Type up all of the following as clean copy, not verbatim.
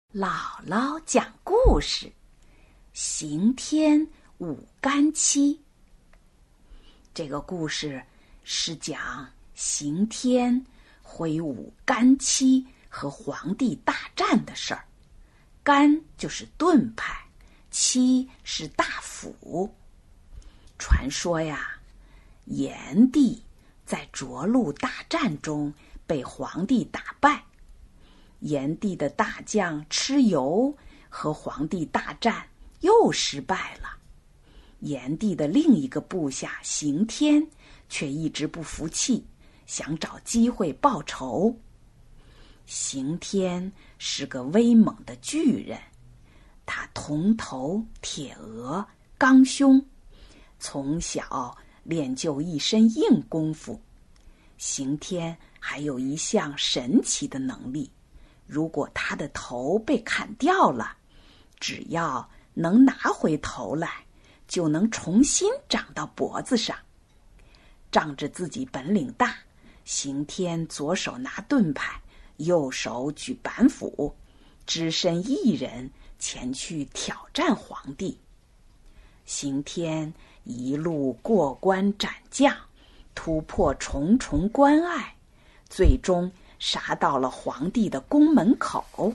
姥姥讲故事：刑天舞干戚。这个故事是讲刑天挥舞干戚和皇帝大战的事儿。干就是盾牌，戚是大斧。传说呀，炎帝在涿鹿大战中被皇帝打败。炎帝的大将蚩尤和皇帝大战又失败了。炎帝的另一个部下刑天却一直不服气，想找机会报仇。刑天是个威猛的巨人，他铜头铁额刚胸，从小练就一身硬功夫。刑天还有一项神奇的能力，如果他的头被砍掉了，只要能拿回头来，就能重新长到脖子上。仗着自己本领大，刑天左手拿盾牌，右手举板斧，只身一人前去挑战皇帝。刑天一路过关斩将，突破重重关隘，最终杀到了皇帝的宫门口。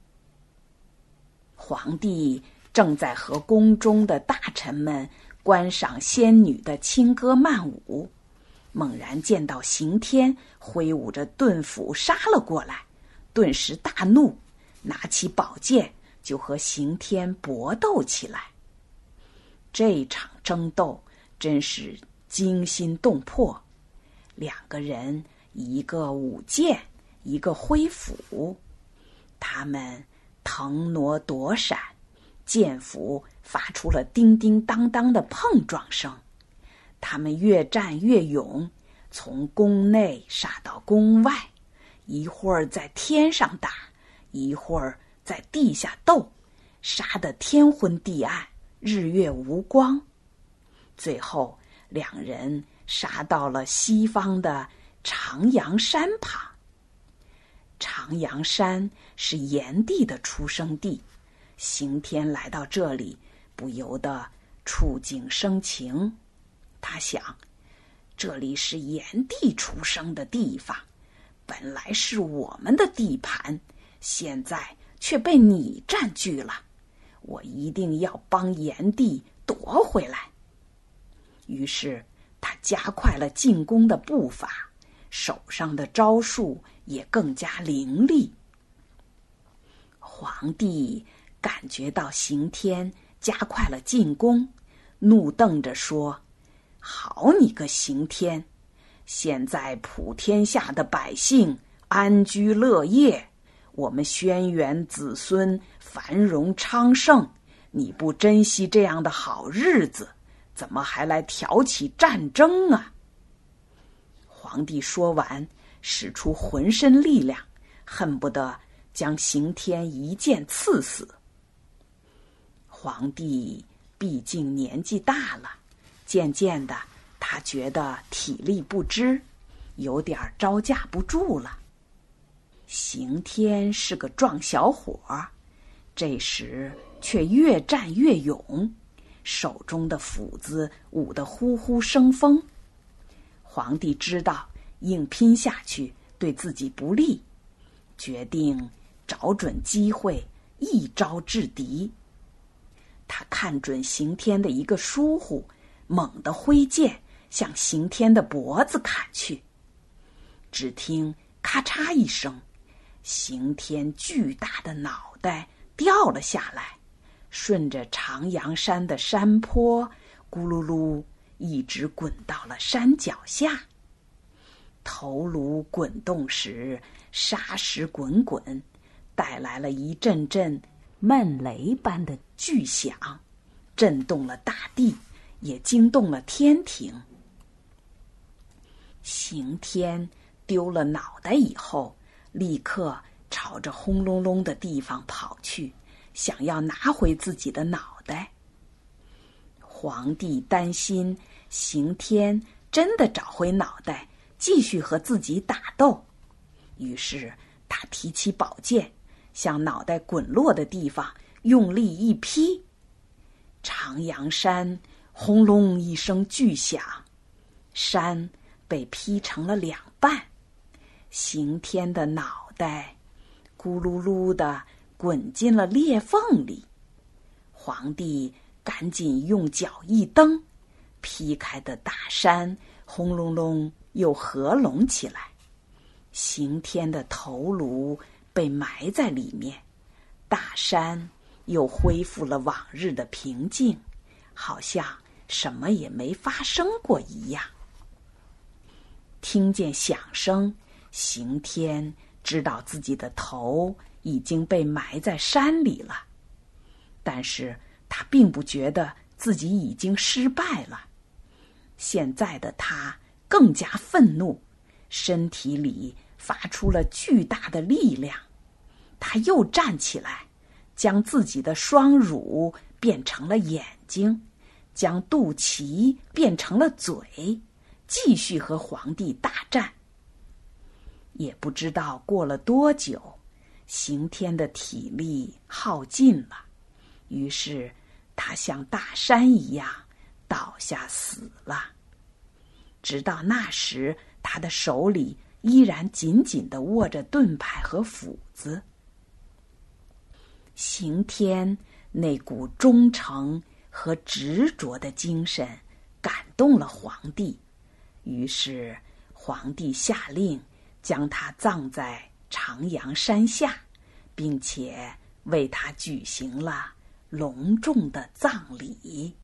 皇帝正在和宫中的大臣们观赏仙女的轻歌曼舞，猛然见到刑天挥舞着盾斧杀了过来，顿时大怒，拿起宝剑就和刑天搏斗起来。这场争斗真是惊心动魄，两个人一个舞剑，一个挥斧，他们腾挪躲闪，剑斧发出了叮叮当当的碰撞声。他们越战越勇，从宫内杀到宫外，一会儿在天上打，一会儿在地下斗，杀得天昏地暗，日月无光。最后两人杀到了西方的长阳山旁。长阳山是炎帝的出生地，刑天来到这里，不由得触景生情。他想，这里是炎帝出生的地方，本来是我们的地盘，现在却被你占据了，我一定要帮炎帝夺回来。于是他加快了进攻的步伐，手上的招数也更加凌厉。皇帝感觉到刑天加快了进攻，怒瞪着说：好你个刑天，现在普天下的百姓安居乐业，我们轩辕子孙繁荣昌盛，你不珍惜这样的好日子，怎么还来挑起战争啊？皇帝说完，使出浑身力量，恨不得将刑天一剑刺死。皇帝毕竟年纪大了，渐渐的他觉得体力不支，有点招架不住了。刑天是个壮小伙，这时却越战越勇，手中的斧子舞得呼呼生风。皇帝知道硬拼下去对自己不利，决定找准机会一招制敌。他看准刑天的一个疏忽，猛地挥剑向刑天的脖子砍去。只听咔嚓一声，刑天巨大的脑袋掉了下来，顺着长阳山的山坡咕噜噜一直滚到了山脚下。头颅滚动时，沙石滚滚，带来了一阵阵闷雷般的巨响，震动了大地，也惊动了天庭。刑天丢了脑袋以后，立刻朝着轰隆隆的地方跑去，想要拿回自己的脑袋。皇帝担心刑天真的找回脑袋，继续和自己打斗，于是他提起宝剑， 向脑袋滚落的地方用力一劈，长阳山轰隆一声巨响，山被劈成了2半，刑天的脑袋咕噜噜地滚进了裂缝里。皇帝赶紧用脚一蹬，劈开的大山轰隆隆又合拢起来，刑天的头颅被埋在里面，大山又恢复了往日的平静，好像什么也没发生过一样。听见响声，刑天知道自己的头已经被埋在山里了，但是他并不觉得自己已经失败了。现在的他更加愤怒，身体里发出了巨大的力量。他又站起来，将自己的双乳变成了眼睛，将肚脐变成了嘴，继续和皇帝大战。也不知道过了多久，刑天的体力耗尽了，于是他像大山一样倒下死了。直到那时，他的手里依然紧紧地握着盾牌和斧子。刑天那股忠诚和执着的精神感动了皇帝，于是皇帝下令将他葬在长阳山下，并且为他举行了隆重的葬礼。